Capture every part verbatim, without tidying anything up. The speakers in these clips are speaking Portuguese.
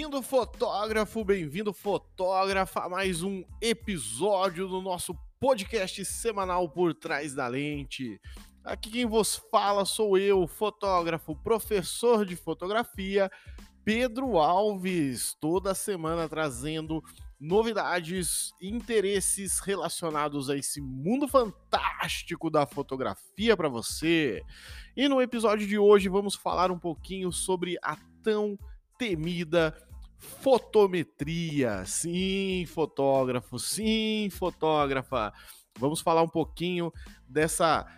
Bem-vindo, fotógrafo, bem-vindo, fotógrafa, a mais um episódio do nosso podcast semanal Por Trás da Lente. Aqui quem vos fala sou eu, fotógrafo, professor de fotografia, Pedro Alves, toda semana trazendo novidades e interesses relacionados a esse mundo fantástico da fotografia para você. E no episódio de hoje vamos falar um pouquinho sobre a tão temida fotometria. Sim, fotógrafo, sim, fotógrafa. Vamos falar um pouquinho dessa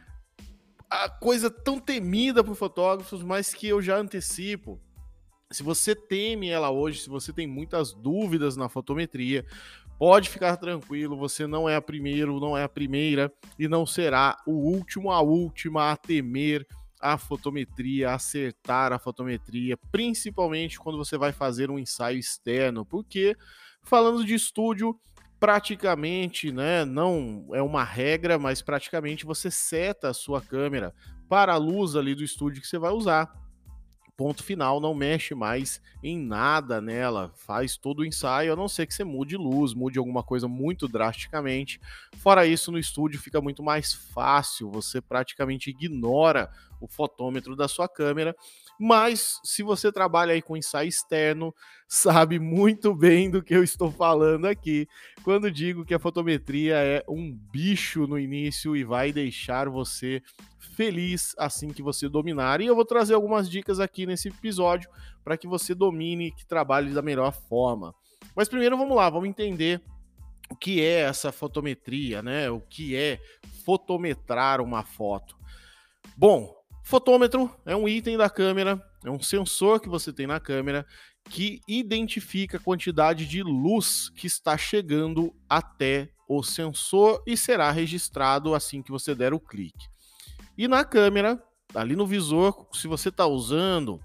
a coisa tão temida por fotógrafos, mas que eu já antecipo. Se você teme ela hoje, se você tem muitas dúvidas na fotometria, pode ficar tranquilo, você não é a primeiro, não é a primeira e não será o último, a última a temer a fotometria, acertar a fotometria, principalmente quando você vai fazer um ensaio externo, porque falando de estúdio, praticamente, né, não é uma regra, mas praticamente você seta a sua câmera para a luz ali do estúdio que você vai usar. Ponto final, não mexe mais em nada nela, faz todo o ensaio, a não ser que você mude luz, mude alguma coisa muito drasticamente. Fora isso, no estúdio fica muito mais fácil, você praticamente ignora o fotômetro da sua câmera, mas se você trabalha aí com ensaio externo, sabe muito bem do que eu estou falando aqui, quando digo que a fotometria é um bicho no início e vai deixar você feliz assim que você dominar. E eu vou trazer algumas dicas aqui nesse episódio para que você domine e que trabalhe da melhor forma. Mas primeiro vamos lá, vamos entender o que é essa fotometria, né? O que é fotometrar uma foto. Bom, fotômetro é um item da câmera, é um sensor que você tem na câmera que identifica a quantidade de luz que está chegando até o sensor e será registrado assim que você der o clique. E na câmera, ali no visor, se você está usando,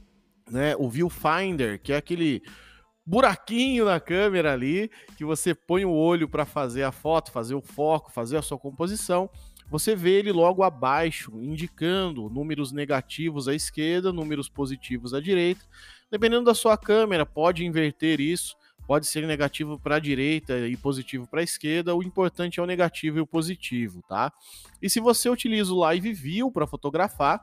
né, o viewfinder, que é aquele buraquinho na câmera ali, que você põe o olho para fazer a foto, fazer o foco, fazer a sua composição, você vê ele logo abaixo, indicando números negativos à esquerda, números positivos à direita. Dependendo da sua câmera, pode inverter isso, pode ser negativo para a direita e positivo para a esquerda, o importante é o negativo e o positivo, tá? E se você utiliza o Live View para fotografar,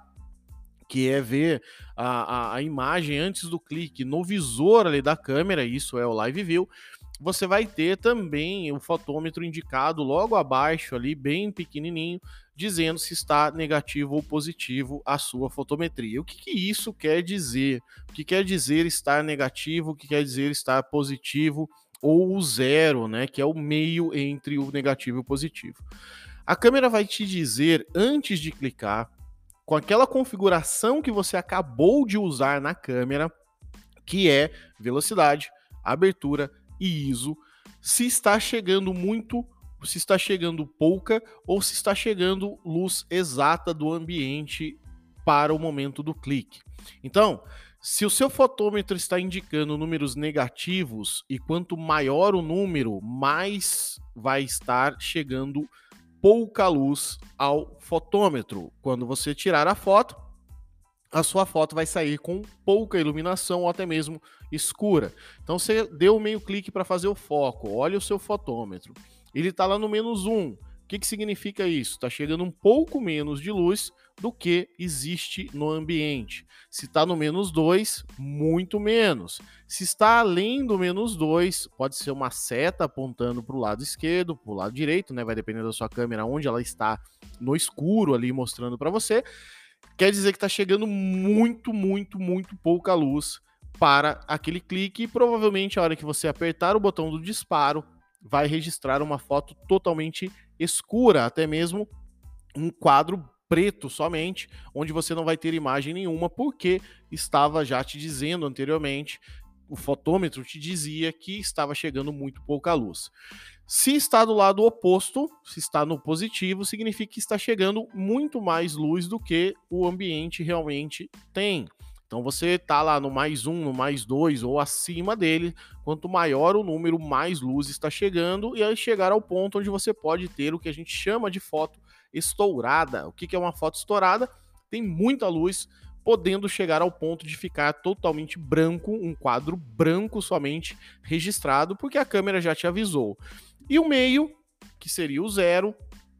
que é ver a, a, a imagem antes do clique no visor ali da câmera, isso é o Live View, você vai ter também o fotômetro indicado logo abaixo ali, bem pequenininho, dizendo se está negativo ou positivo a sua fotometria. O que, que isso quer dizer? O que quer dizer estar negativo, o que quer dizer estar positivo ou o zero, né, que é o meio entre o negativo e o positivo. A câmera vai te dizer, antes de clicar, com aquela configuração que você acabou de usar na câmera, que é velocidade, abertura e I S O, se está chegando muito, se está chegando pouca ou se está chegando luz exata do ambiente para o momento do clique. Então, se o seu fotômetro está indicando números negativos e quanto maior o número, mais vai estar chegando pouca luz ao fotômetro. Quando você tirar a foto, a sua foto vai sair com pouca iluminação ou até mesmo escura. Então você deu meio clique para fazer o foco, olha o seu fotômetro. Ele está lá no menos um. O que, que significa isso? Está chegando um pouco menos de luz do que existe no ambiente. Se está no menos dois, muito menos. Se está além do menos dois, pode ser uma seta apontando para o lado esquerdo, para o lado direito, né? Vai depender da sua câmera onde ela está no escuro ali mostrando para você. Quer dizer que está chegando muito, muito, muito pouca luz para aquele clique e provavelmente a hora que você apertar o botão do disparo vai registrar uma foto totalmente escura, até mesmo um quadro preto somente, onde você não vai ter imagem nenhuma, porque estava já te dizendo anteriormente, o fotômetro te dizia que estava chegando muito pouca luz. Se está do lado oposto, se está no positivo, significa que está chegando muito mais luz do que o ambiente realmente tem. Então você está lá no mais um, no mais dois ou acima dele, quanto maior o número, mais luz está chegando, e aí chegar ao ponto onde você pode ter o que a gente chama de foto estourada. O que é uma foto estourada? Tem muita luz, podendo chegar ao ponto de ficar totalmente branco, um quadro branco somente registrado, porque a câmera já te avisou. E o meio, que seria o zero,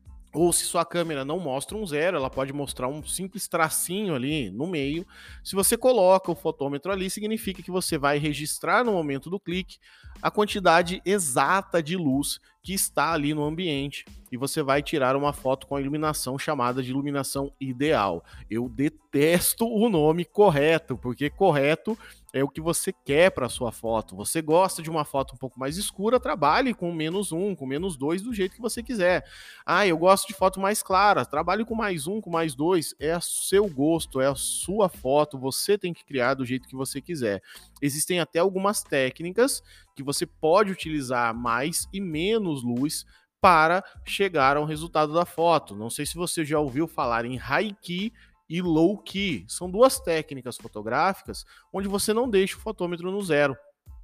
ou se sua câmera não mostra um zero, ela pode mostrar um simples tracinho ali no meio. Se você coloca o fotômetro ali, significa que você vai registrar no momento do clique a quantidade exata de luz que está ali no ambiente e você vai tirar uma foto com a iluminação chamada de iluminação ideal. Eu detesto o nome correto, porque correto é o que você quer para a sua foto. Você gosta de uma foto um pouco mais escura, trabalhe com menos um, com menos dois, do jeito que você quiser. Ah, eu gosto de foto mais clara, trabalhe com mais um, com mais dois, é o seu gosto, é a sua foto, você tem que criar do jeito que você quiser. Existem até algumas técnicas que você pode utilizar mais e menos luz para chegar ao resultado da foto. Não sei se você já ouviu falar em high key e low key. São duas técnicas fotográficas onde você não deixa o fotômetro no zero.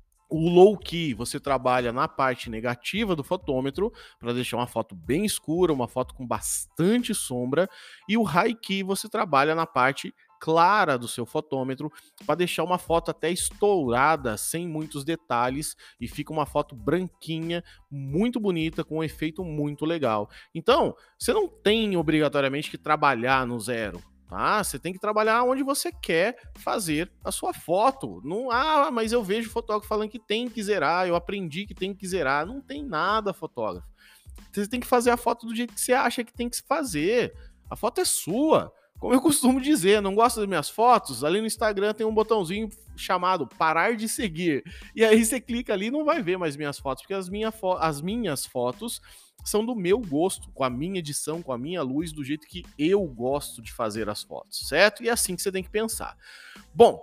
O low key, você trabalha na parte negativa do fotômetro para deixar uma foto bem escura, uma foto com bastante sombra, e o high key você trabalha na parte clara do seu fotômetro para deixar uma foto até estourada, sem muitos detalhes, e fica uma foto branquinha, muito bonita, com um efeito muito legal. Então, você não tem obrigatoriamente que trabalhar no zero. Tá? Você tem que trabalhar onde você quer fazer a sua foto. Não, ah, mas eu vejo fotógrafo falando que tem que zerar, eu aprendi que tem que zerar. Não tem nada, fotógrafo. Você tem que fazer a foto do jeito que você acha que tem que se fazer. A foto é sua. Como eu costumo dizer, não gosta das minhas fotos? Ali no Instagram tem um botãozinho chamado parar de seguir. E aí você clica ali e não vai ver mais minhas fotos, porque as, minha fo- as minhas fotos são do meu gosto, com a minha edição, com a minha luz, do jeito que eu gosto de fazer as fotos, certo? E é assim que você tem que pensar. Bom,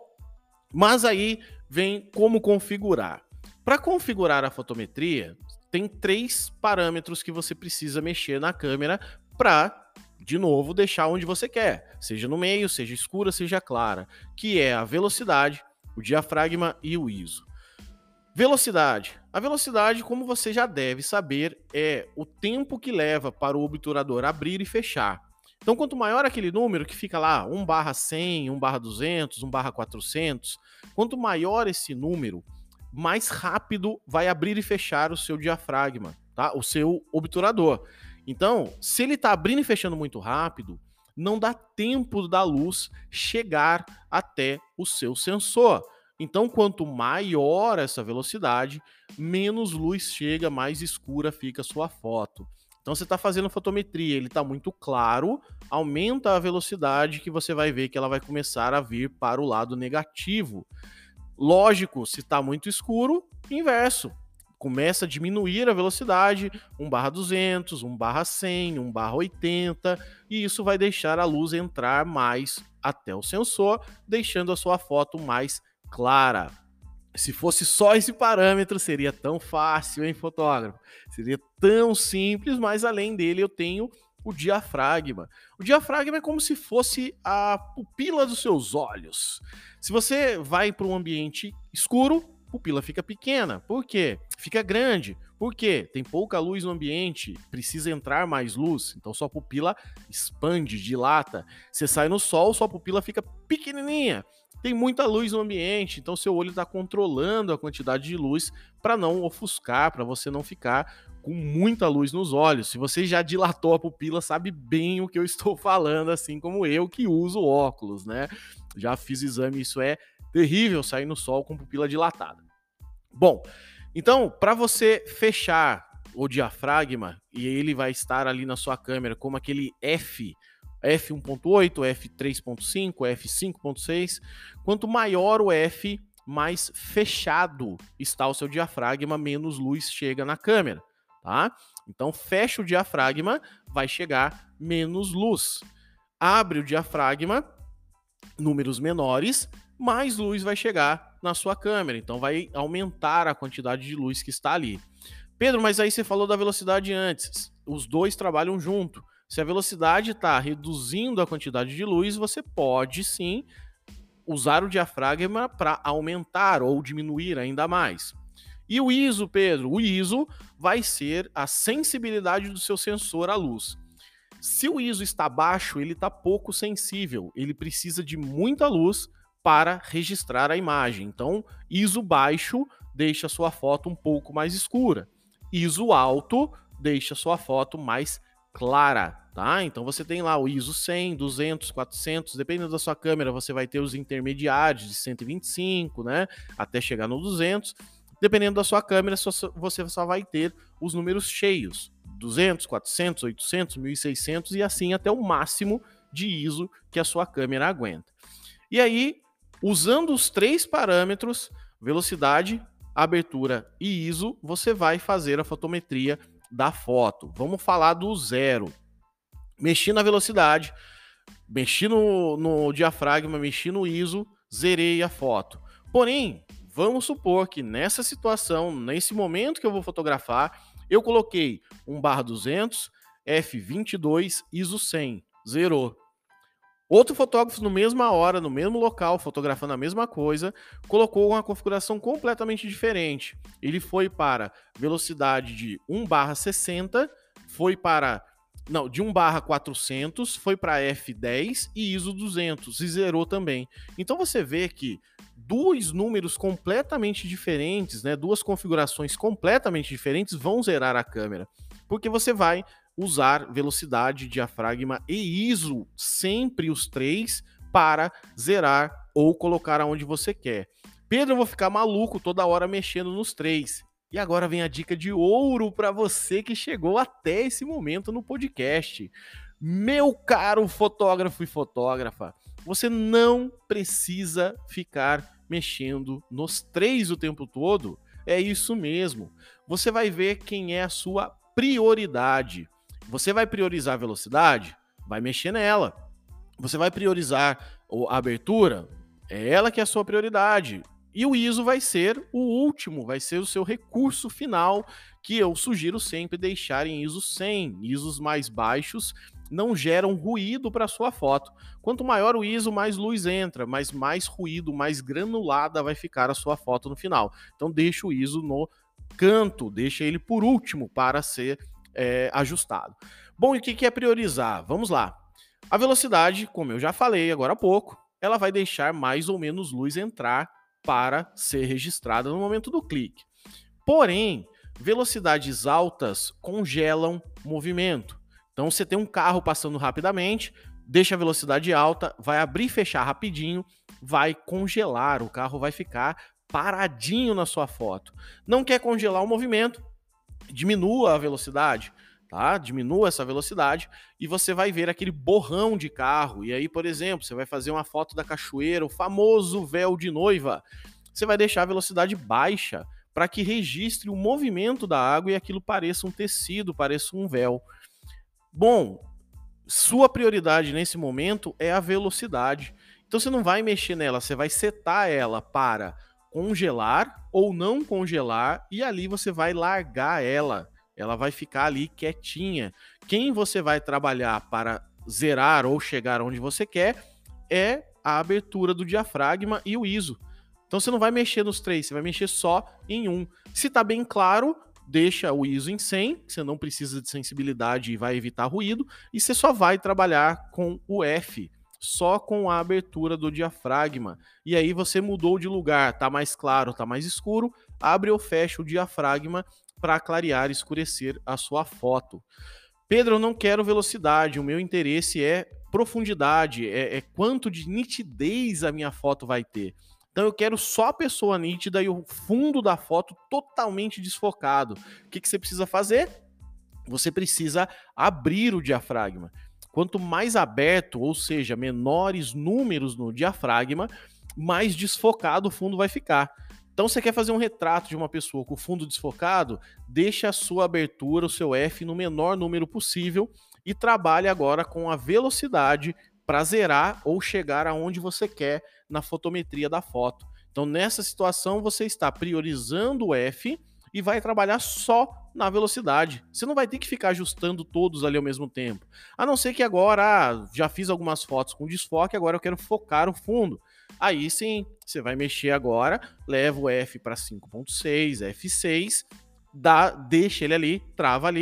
mas aí vem como configurar. Para configurar a fotometria, tem três parâmetros que você precisa mexer na câmera para, de novo, deixar onde você quer, seja no meio, seja escura, seja clara, que é a velocidade, o diafragma e o I S O. Velocidade. A velocidade, como você já deve saber, é o tempo que leva para o obturador abrir e fechar. Então, quanto maior aquele número que fica lá, um barra cem, um barra duzentos, um barra quatrocentos, quanto maior esse número, mais rápido vai abrir e fechar o seu diafragma, tá? O seu obturador. Então, se ele está abrindo e fechando muito rápido, não dá tempo da luz chegar até o seu sensor. Então, quanto maior essa velocidade, menos luz chega, mais escura fica a sua foto. Então, você está fazendo fotometria, ele está muito claro, aumenta a velocidade que você vai ver que ela vai começar a vir para o lado negativo. Lógico, se está muito escuro, inverso. Começa a diminuir a velocidade, um barra duzentos, um barra cem, um barra oitenta, e isso vai deixar a luz entrar mais até o sensor, deixando a sua foto mais clara. Se fosse só esse parâmetro, seria tão fácil, hein, fotógrafo? Seria tão simples, mas além dele eu tenho o diafragma. O diafragma é como se fosse a pupila dos seus olhos. Se você vai para um ambiente escuro, a pupila fica pequena. Por quê? Fica grande. Por quê? Tem pouca luz no ambiente, precisa entrar mais luz, então sua pupila expande, dilata. Você sai no sol, sua pupila fica pequenininha. Tem muita luz no ambiente, então seu olho está controlando a quantidade de luz para não ofuscar, para você não ficar com muita luz nos olhos. Se você já dilatou a pupila, sabe bem o que eu estou falando, assim como eu que uso óculos, né? Já fiz exame, isso é terrível, sair no sol com pupila dilatada. Bom, então, para você fechar o diafragma, e ele vai estar ali na sua câmera como aquele F, F um ponto oito, F três ponto cinco, F cinco ponto seis. Quanto maior o F, mais fechado está o seu diafragma, menos luz chega na câmera, tá? Então, fecha o diafragma, vai chegar menos luz. Abre o diafragma, números menores, mais luz vai chegar na sua câmera. Então, vai aumentar a quantidade de luz que está ali. Pedro, mas aí você falou da velocidade antes. Os dois trabalham junto. Se a velocidade está reduzindo a quantidade de luz, você pode sim usar o diafragma para aumentar ou diminuir ainda mais. E o I S O, Pedro? O I S O vai ser a sensibilidade do seu sensor à luz. Se o I S O está baixo, ele está pouco sensível, ele precisa de muita luz para registrar a imagem. Então, I S O baixo deixa a sua foto um pouco mais escura. I S O alto deixa a sua foto mais clara, tá? Então você tem lá o I S O cem, duzentos, quatrocentos, dependendo da sua câmera, você vai ter os intermediários de cento e vinte e cinco, né, até chegar no duzentos. Dependendo da sua câmera, você só vai ter os números cheios, duzentos, quatrocentos, oitocentos, mil e seiscentos e assim até o máximo de I S O que a sua câmera aguenta. E aí, usando os três parâmetros, velocidade, abertura e I S O, você vai fazer a fotometria da foto. Vamos falar do zero. Mexi na velocidade, mexi no, no diafragma, mexi no I S O, zerei a foto. Porém, vamos supor que nessa situação, nesse momento que eu vou fotografar, eu coloquei um barra duzentos, F vinte e dois, I S O cem, zerou. Outro fotógrafo, no mesma hora, no mesmo local, fotografando a mesma coisa, colocou uma configuração completamente diferente. Ele foi para velocidade de um barra sessenta, foi para... Não, de um barra quatrocentos, foi para F dez e I S O duzentos, e zerou também. Então você vê que dois números completamente diferentes, né, duas configurações completamente diferentes vão zerar a câmera, porque você vai usar velocidade, diafragma e I S O, sempre os três, para zerar ou colocar aonde você quer. Pedro, eu vou ficar maluco toda hora mexendo nos três. E agora vem a dica de ouro para você que chegou até esse momento no podcast. Meu caro fotógrafo e fotógrafa, você não precisa ficar mexendo nos três o tempo todo. É isso mesmo. Você vai ver quem é a sua prioridade. Você vai priorizar a velocidade? Vai mexer nela. Você vai priorizar a abertura? É ela que é a sua prioridade. E o I S O vai ser o último, vai ser o seu recurso final, que eu sugiro sempre deixar em I S O cem. I S Os mais baixos não geram ruído para sua foto. Quanto maior o I S O, mais luz entra, mas mais ruído, mais granulada vai ficar a sua foto no final. Então deixa o I S O no canto, deixa ele por último para ser é, ajustado. Bom, e o que é priorizar? Vamos lá. A velocidade, como eu já falei agora há pouco, ela vai deixar mais ou menos luz entrar para ser registrada no momento do clique. Porém, velocidades altas congelam movimento. Então você tem um carro passando rapidamente, deixa a velocidade alta, vai abrir e fechar rapidinho, vai congelar, o carro vai ficar paradinho na sua foto. Não quer congelar o movimento? Diminua a velocidade, tá? Diminua essa velocidade e você vai ver aquele borrão de carro. E aí, por exemplo, você vai fazer uma foto da cachoeira, o famoso véu de noiva. Você vai deixar a velocidade baixa para que registre o movimento da água e aquilo pareça um tecido, pareça um véu. Bom, sua prioridade nesse momento é a velocidade. Então você não vai mexer nela, você vai setar ela para congelar ou não congelar e ali você vai largar ela. Ela vai ficar ali quietinha. Quem você vai trabalhar para zerar ou chegar onde você quer é a abertura do diafragma e o I S O. Então você não vai mexer nos três, você vai mexer só em um. Se está bem claro, deixa o I S O em cem, você não precisa de sensibilidade e vai evitar ruído, e você só vai trabalhar com o F, só com a abertura do diafragma. E aí você mudou de lugar, tá mais claro, tá mais escuro, abre ou fecha o diafragma para clarear e escurecer a sua foto. Pedro, eu não quero velocidade, o meu interesse é profundidade, é, é quanto de nitidez a minha foto vai ter. Então eu quero só a pessoa nítida e o fundo da foto totalmente desfocado. O que, que você precisa fazer? Você precisa abrir o diafragma. Quanto mais aberto, ou seja, menores números no diafragma, mais desfocado o fundo vai ficar. Então você quer fazer um retrato de uma pessoa com o fundo desfocado? Deixa a sua abertura, o seu F, no menor número possível e trabalhe agora com a velocidade para zerar ou chegar aonde você quer na fotometria da foto. Então, nessa situação, você está priorizando o F e vai trabalhar só na velocidade. Você não vai ter que ficar ajustando todos ali ao mesmo tempo. A não ser que agora, ah, já fiz algumas fotos com desfoque, agora eu quero focar o fundo. Aí sim, você vai mexer agora, leva o F para cinco ponto seis, F seis, dá, deixa ele ali, trava ali,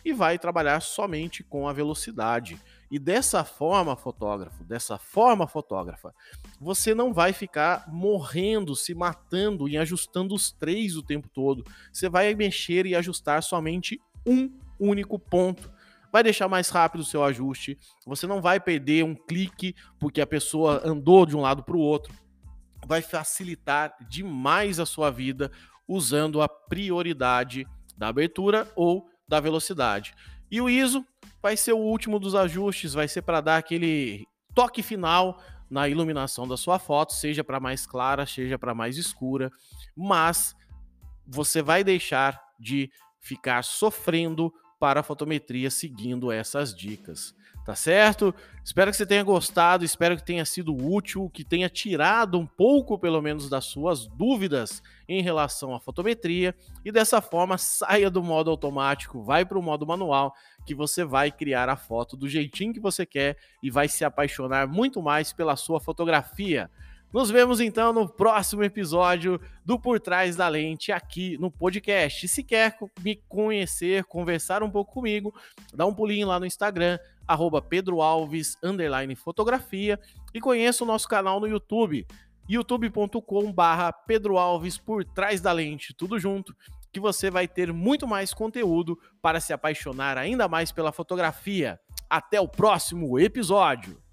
e vai trabalhar somente com a velocidade. E dessa forma, fotógrafo, dessa forma, fotógrafa, você não vai ficar morrendo, se matando e ajustando os três o tempo todo. Você vai mexer e ajustar somente um único ponto. Vai deixar mais rápido o seu ajuste, você não vai perder um clique porque a pessoa andou de um lado para o outro. Vai facilitar demais a sua vida usando a prioridade da abertura ou da velocidade. E o I S O vai ser o último dos ajustes, vai ser para dar aquele toque final na iluminação da sua foto, seja para mais clara, seja para mais escura, mas você vai deixar de ficar sofrendo para a fotometria seguindo essas dicas, tá certo? Espero que você tenha gostado, espero que tenha sido útil, que tenha tirado um pouco, pelo menos, das suas dúvidas em relação à fotometria e dessa forma saia do modo automático, vai para o modo manual, que você vai criar a foto do jeitinho que você quer e vai se apaixonar muito mais pela sua fotografia. Nos vemos então no próximo episódio do Por Trás da Lente aqui no podcast. Se quer me conhecer, conversar um pouco comigo, dá um pulinho lá no Instagram, arroba Pedro Alves, underline fotografia, e conheça o nosso canal no YouTube, youtube ponto com barra Pedro Alves Por Trás da Lente, tudo junto, que você vai ter muito mais conteúdo para se apaixonar ainda mais pela fotografia. Até o próximo episódio!